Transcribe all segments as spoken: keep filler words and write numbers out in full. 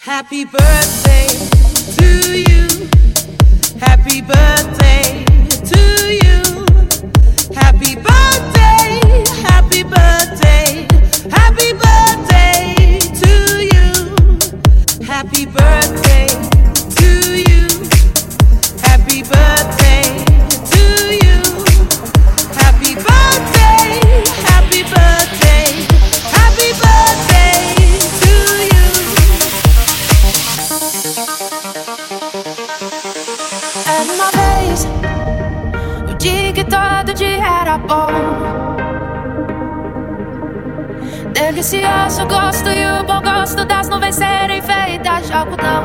Happy birthday to you. Happy birthday to you. Happy birthday, happy birthday, happy birthday to you. Happy birthday to you. Happy birthday to you. Happy birthday, happy birthday, happy birthday to you. Era uma vez o dia que todo dia era bom, delicioso gosto e o bom gosto das nuvens serem feitas de algodão.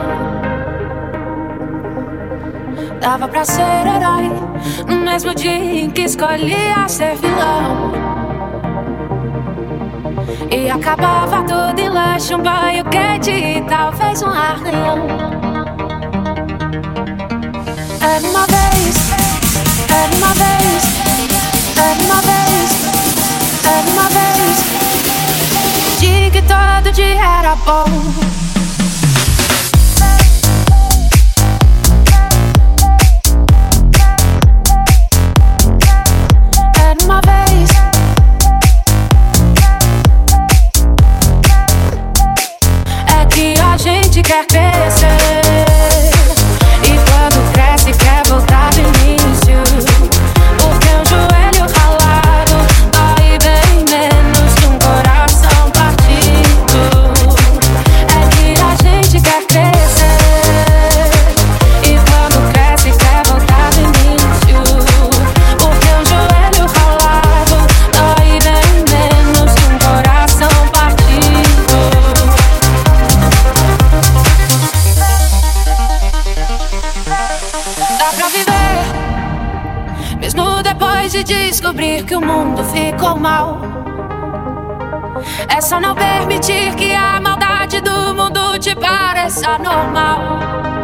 Dava pra ser herói no mesmo dia em que escolhia ser vilão. E acabava tudo em lanche, um banho quente e talvez um arranhão. Era uma vez, era uma vez, era uma vez, era uma vez, dia que todo dia era bom. Quer crescer, e quando cresce quer voltar do início, porque um joelho ralado dói bem menos que um coração partido. É que a gente quer crescer, e quando cresce quer voltar do início, porque um joelho ralado dói bem menos que um coração partido. Dá pra viver, mesmo depois de descobrir que o mundo ficou mal. É só não permitir que a maldade do mundo te pareça normal,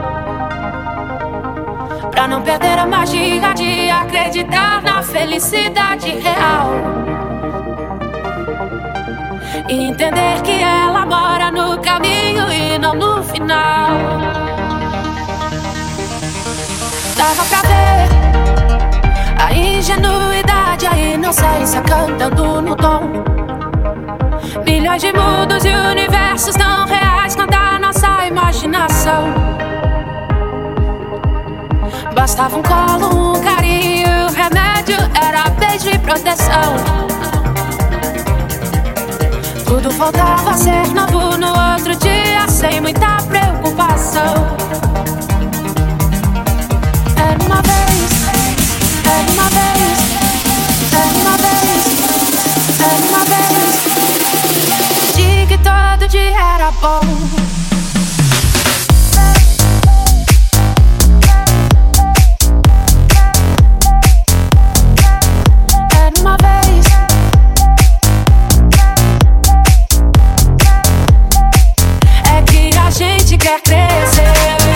pra não perder a magia de acreditar na felicidade real e entender que ela mora no caminho e não no final. Dava pra ver a ingenuidade, a inocência cantando no tom. Milhões de mundos e universos tão reais quanto a nossa imaginação. Bastava um colo, um carinho, o remédio era beijo e proteção. Tudo voltava a ser novo no outro dia, sem muita preocupação. Era uma vez, era uma vez, era uma vez, era uma vez, dia que todo dia era bom. Era uma vez, é que a gente quer crescer.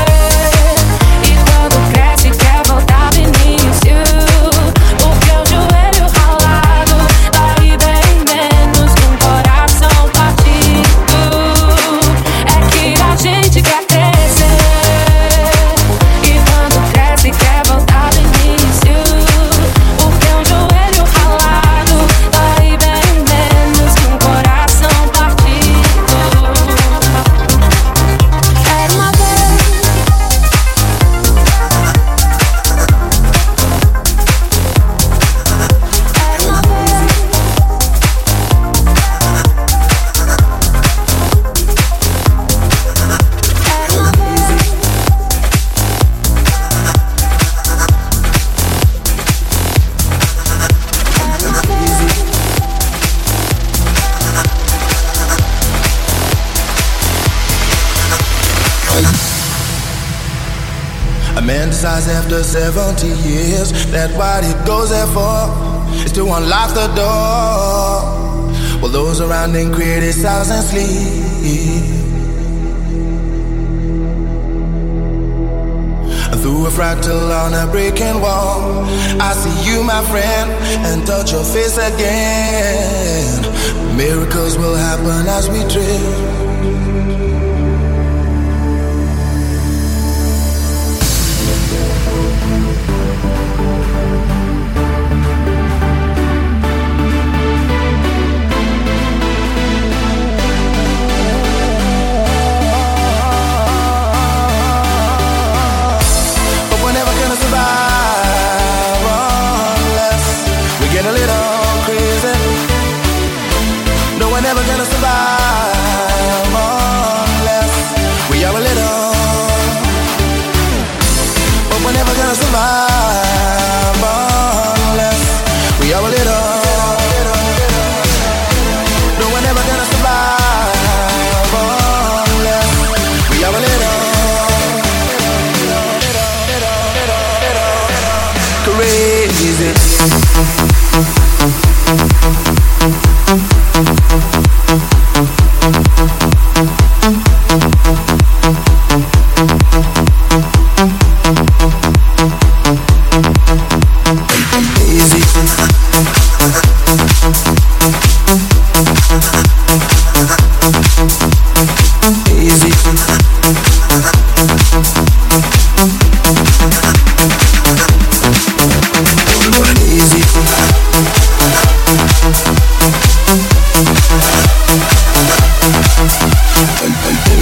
After seventy years, that what it goes there for is to unlock the door, while those around him criticize and sleep. Through a fractal on a breaking wall, I see you, my friend, and touch your face again. Miracles will happen as we drift.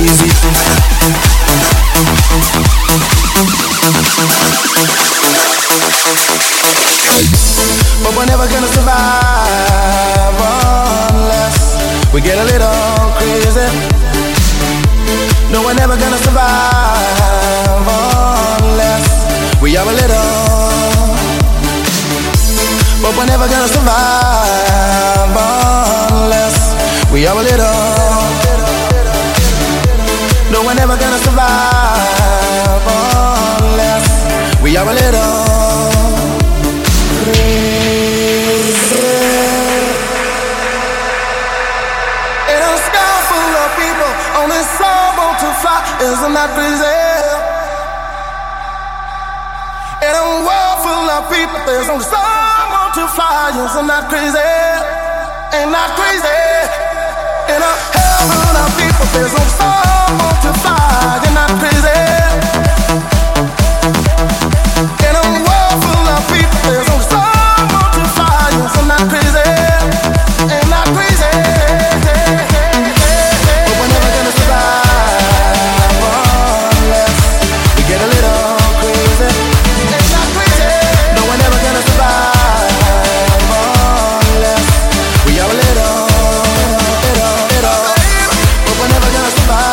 crazy. But we're never gonna survive unless we get a little crazy. No, we're never gonna survive unless we have a little. But we're never gonna survive unless we have a little. No, we're never gonna survive unless we have a little. In a sky full of people, only some want to fly. Isn't that crazy? In a world full of people, there's only some want to fly. Isn't that crazy? Ain't that crazy? In a heaven of people, there's only some want to fly. Ain't that crazy? In a world full of people, there's only some. I'm not crazy, ain't not crazy. But we're never gonna survive unless we get a little crazy. Ain't not crazy. No, we're never gonna survive unless we have a little, little, little. But we're never gonna survive.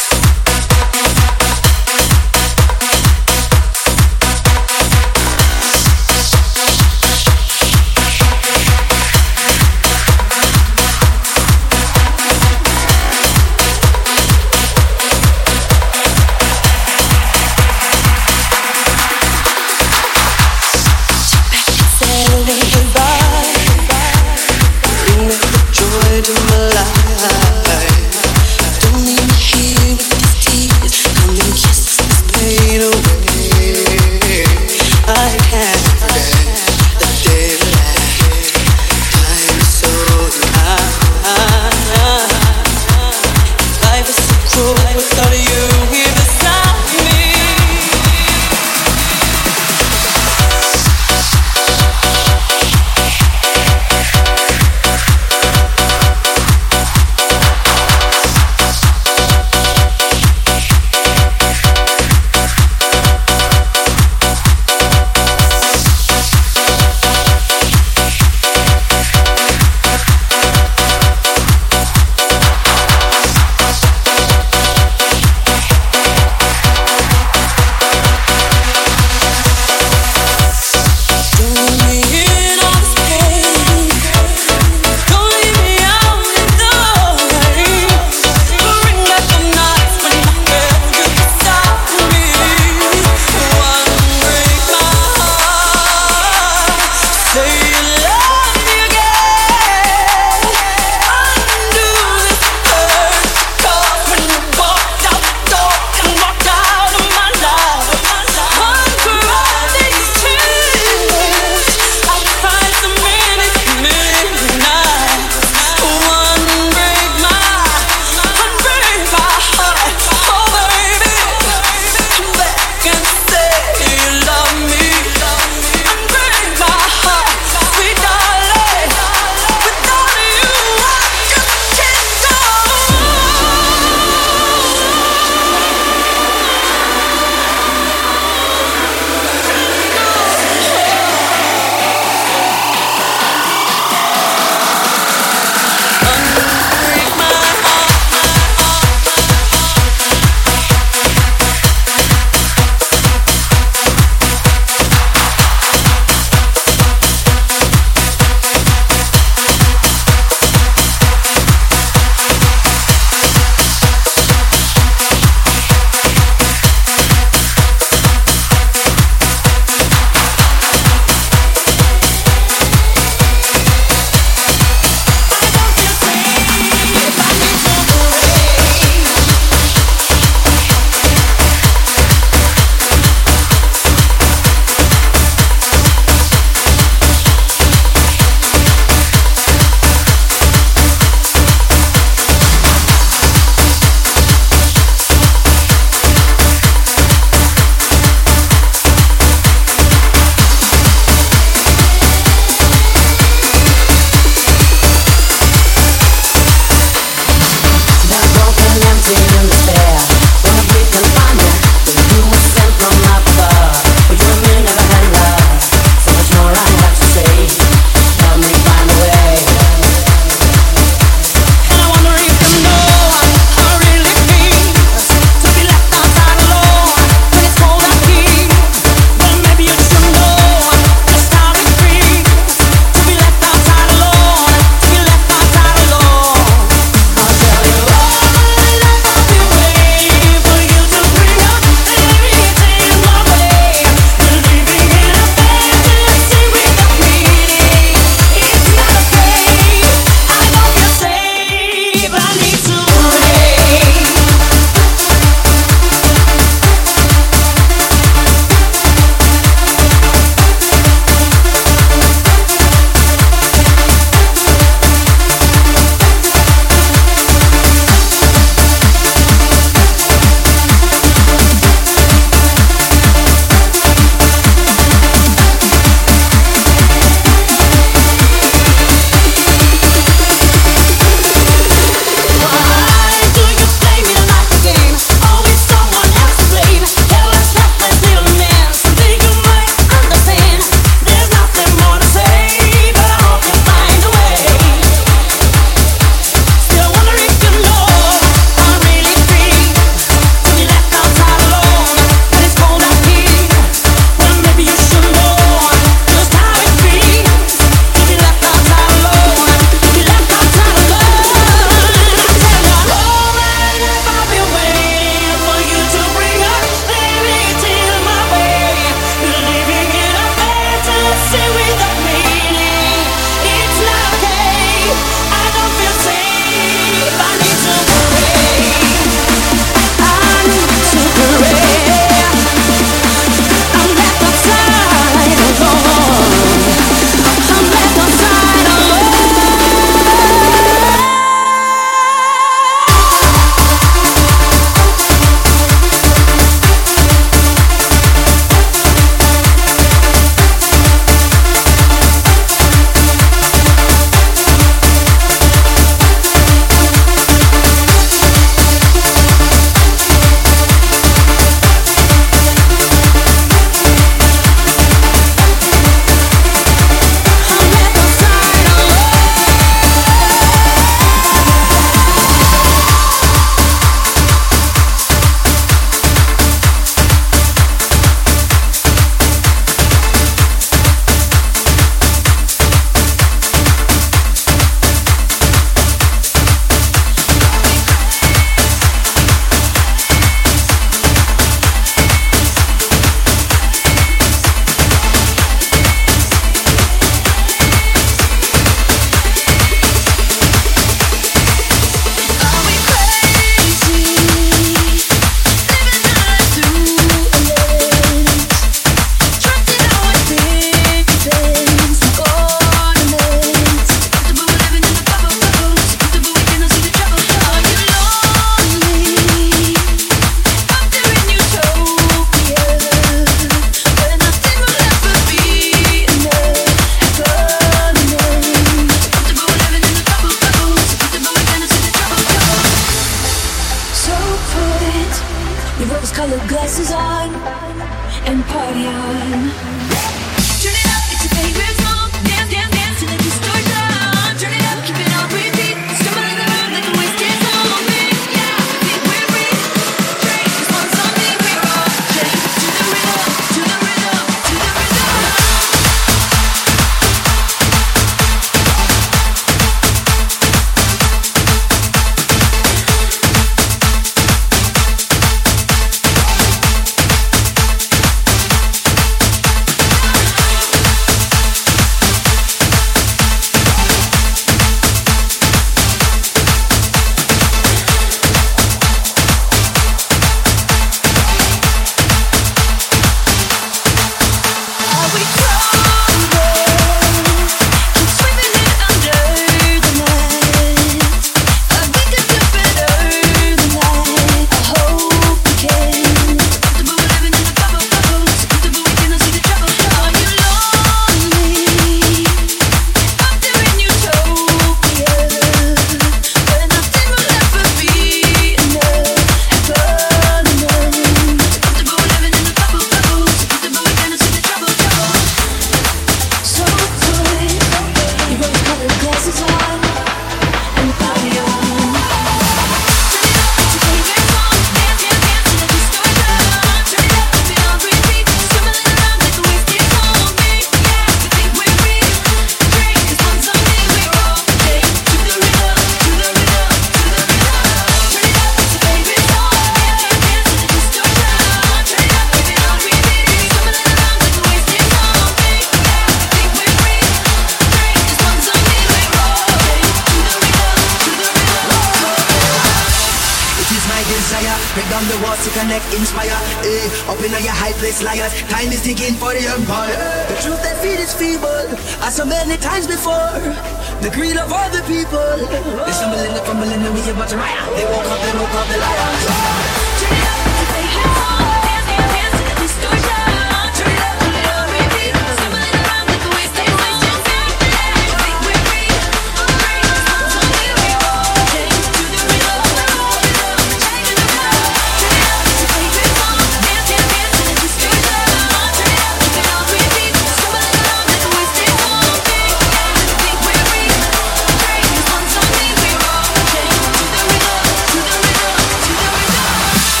to connect, inspire. Eh, up in your high place, liars. Time is ticking for the empire. The truth that feed is feeble, as so many times before. The greed of all the people. They're stumbling, they're fumbling, and we about to riot. They woke up, they woke up, the liars. Turn it up, play your song. Dance, dance, dance to the distortion. Turn it up, turn it up, repeat. Stumbling around with the waste, they waste your time. Think we're free, free. Suddenly we all change to the rhythm, rhythm. Change the rhythm. Turn it up, play your song. Dance, dance, dance to the distortion. Turn it up, turn it up, repeat. Stumbling around with the waste, they won't think. Think we're free, free. Suddenly we all change to the rhythm, to the rhythm, to the rhythm.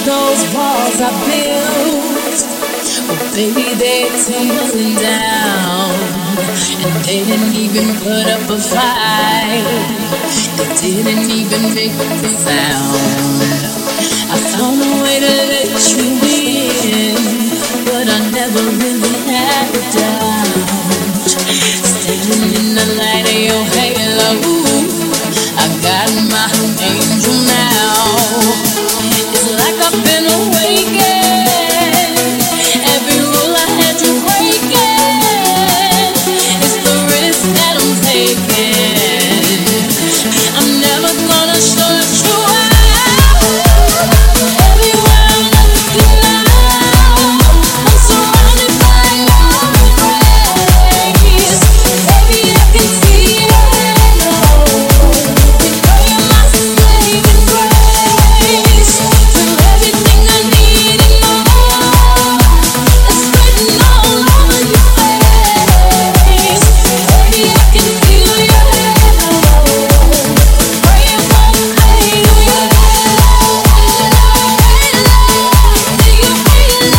those walls I built, oh baby, they're tumbling down. And they didn't even put up a fight, they didn't even make a sound. I found a way to let you in, but I never really had a doubt. Standing in the light of your halo, I got my angel now. It's like I've been awakened. Every rule I had you breaking. It's the risk that I'm taking. I'm never gonna shut you out. Everywhere I'm looking now, I'm surrounded by your embrace. Baby, I can see your halo. You know you're my saving grace. You're everything I need and more. It's written all over your face. Baby, I can feel your halo. Pray it won't fade away. Do you feel it?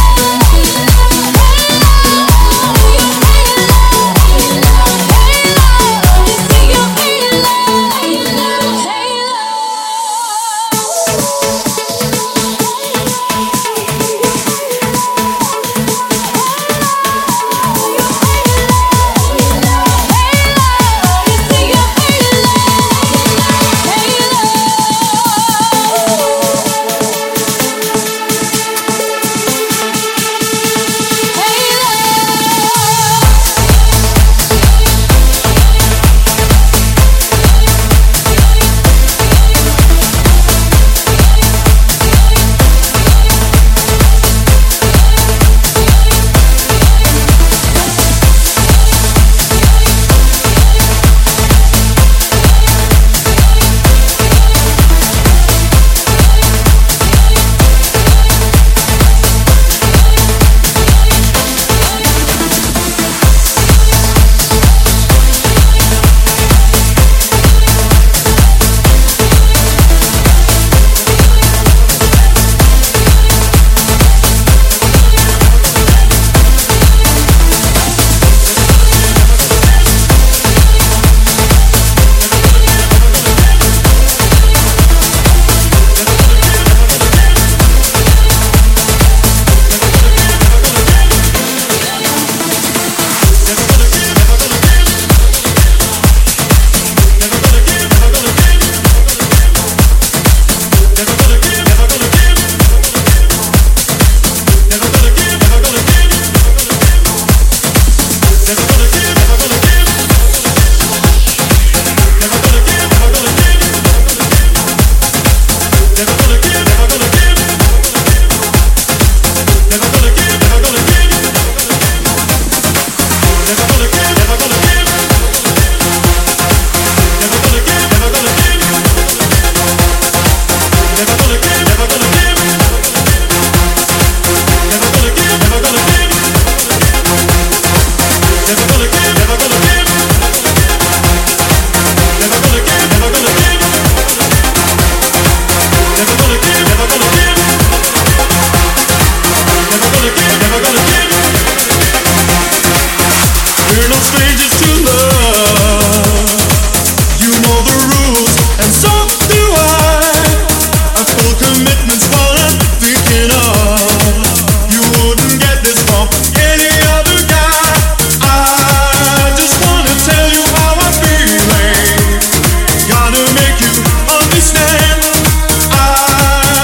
Gotta make you understand. I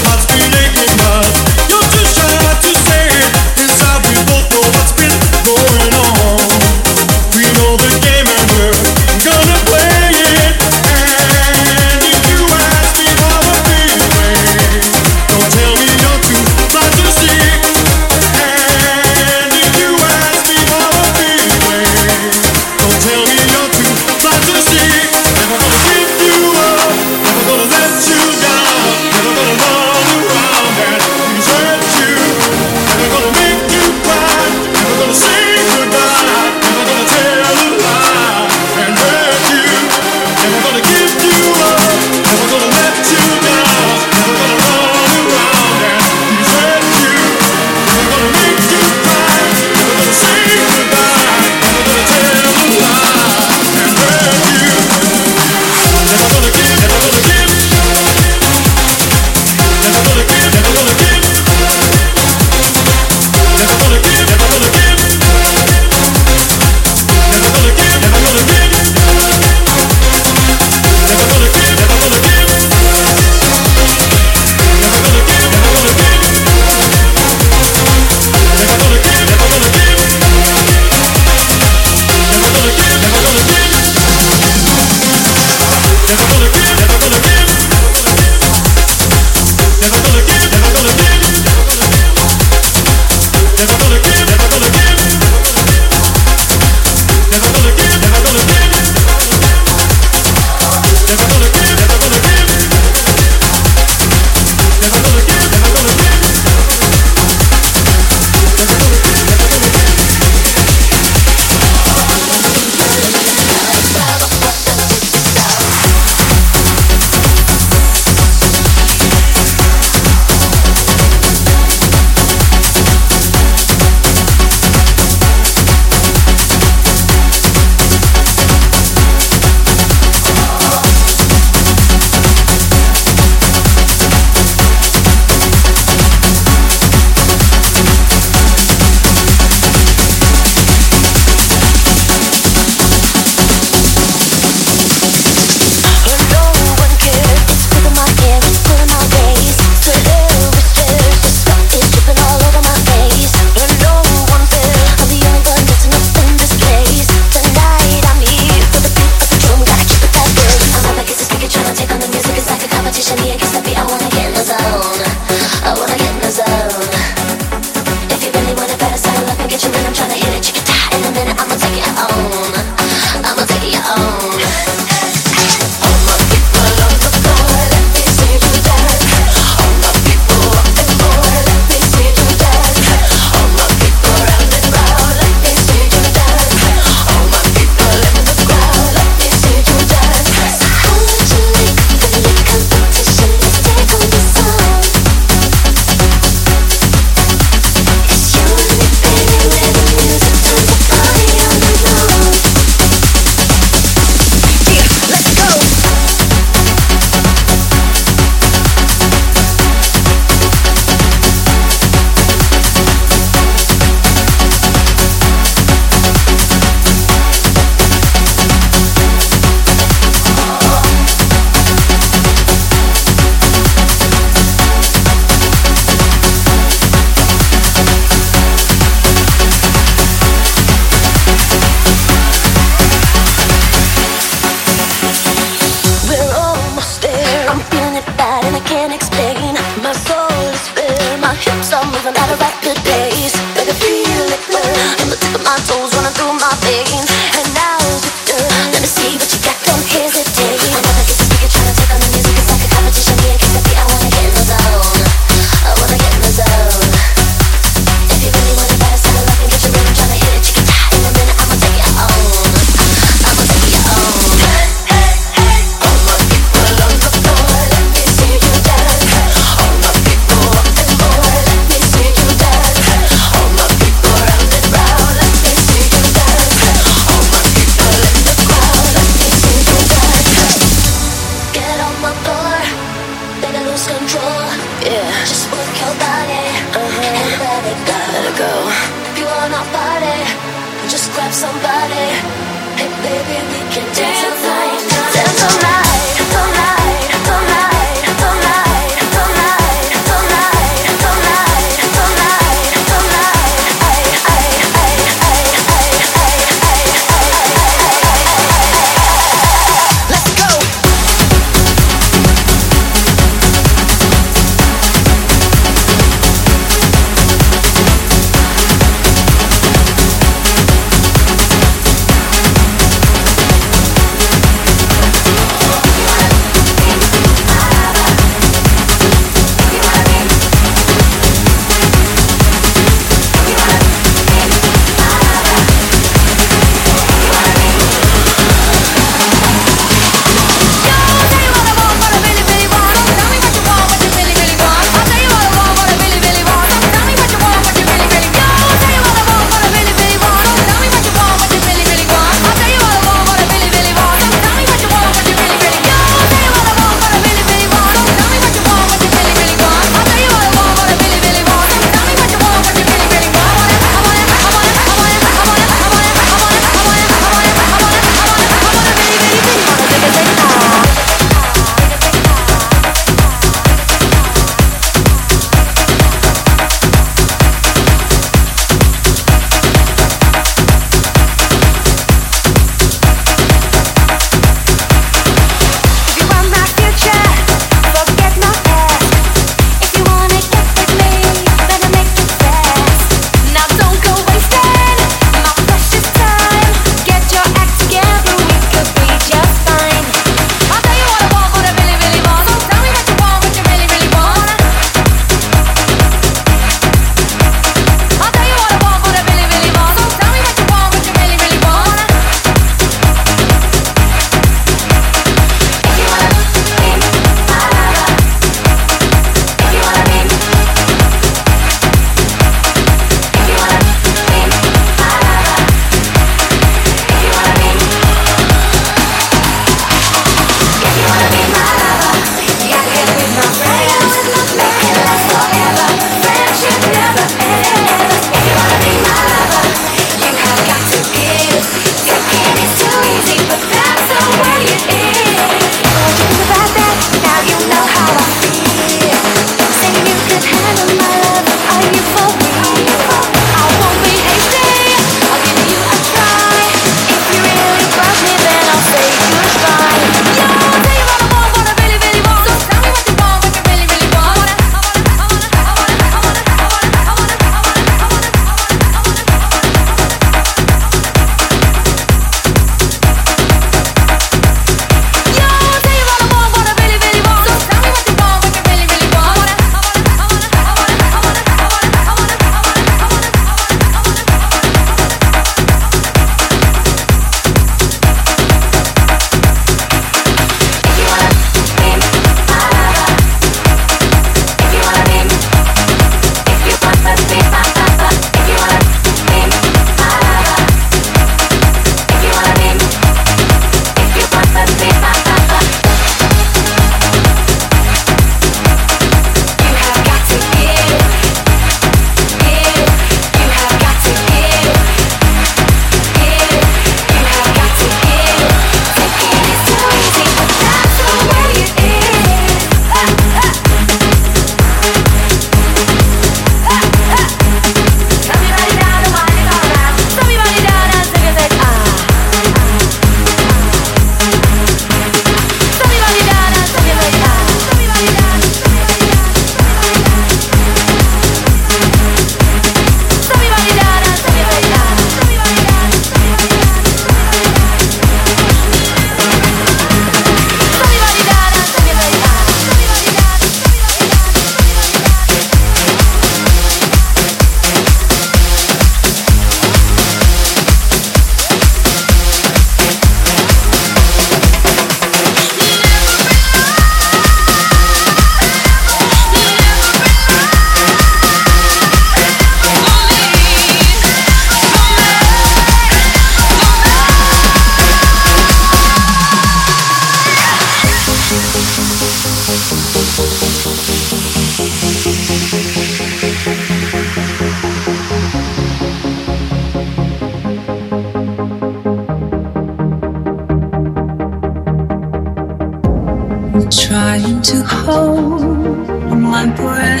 trying to hold my breath.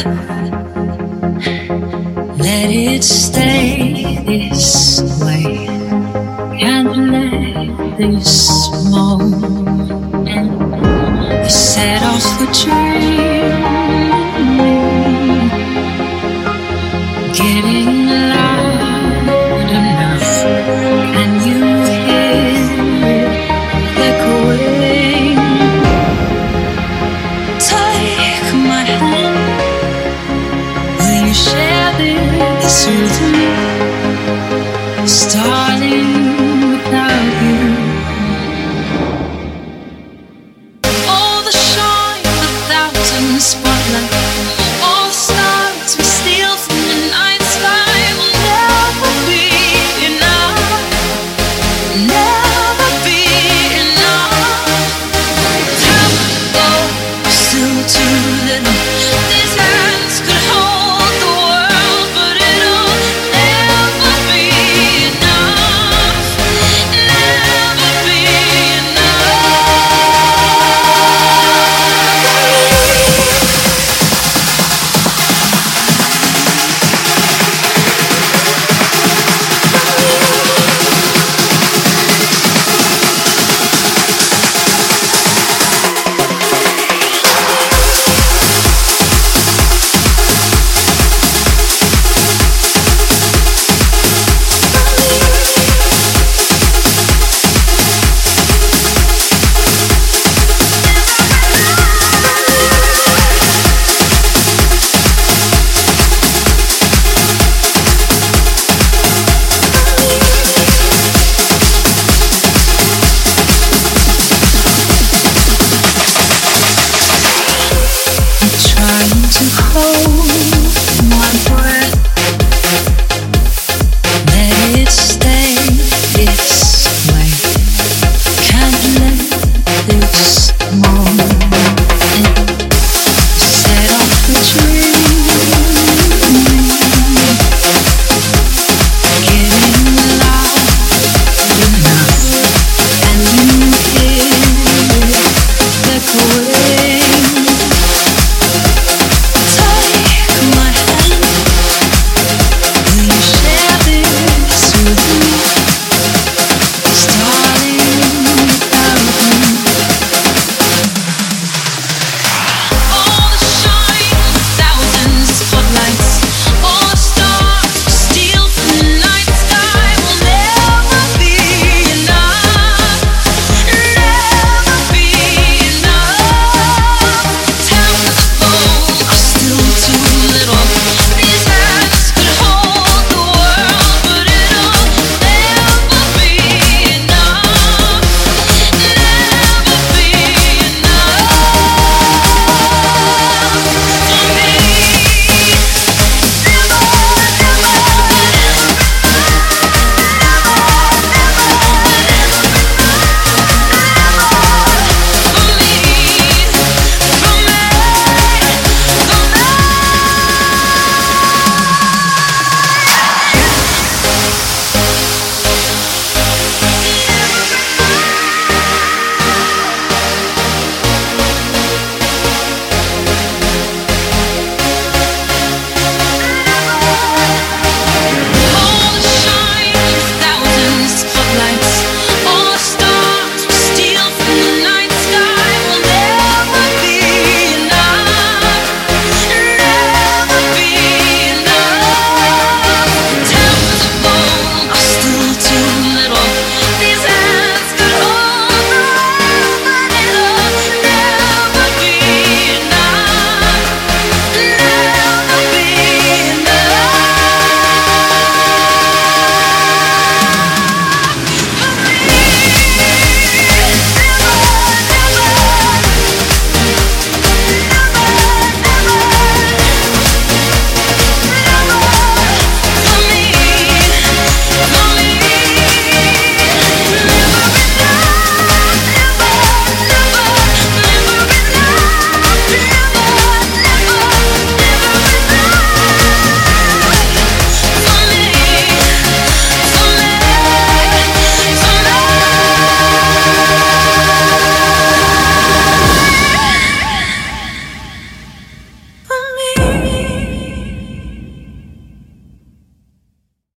Let it stay this way. Can't let this moment set off the dream. Getting loud enough. Can you hear it echoing? Take my hand. Will you share this with me? Start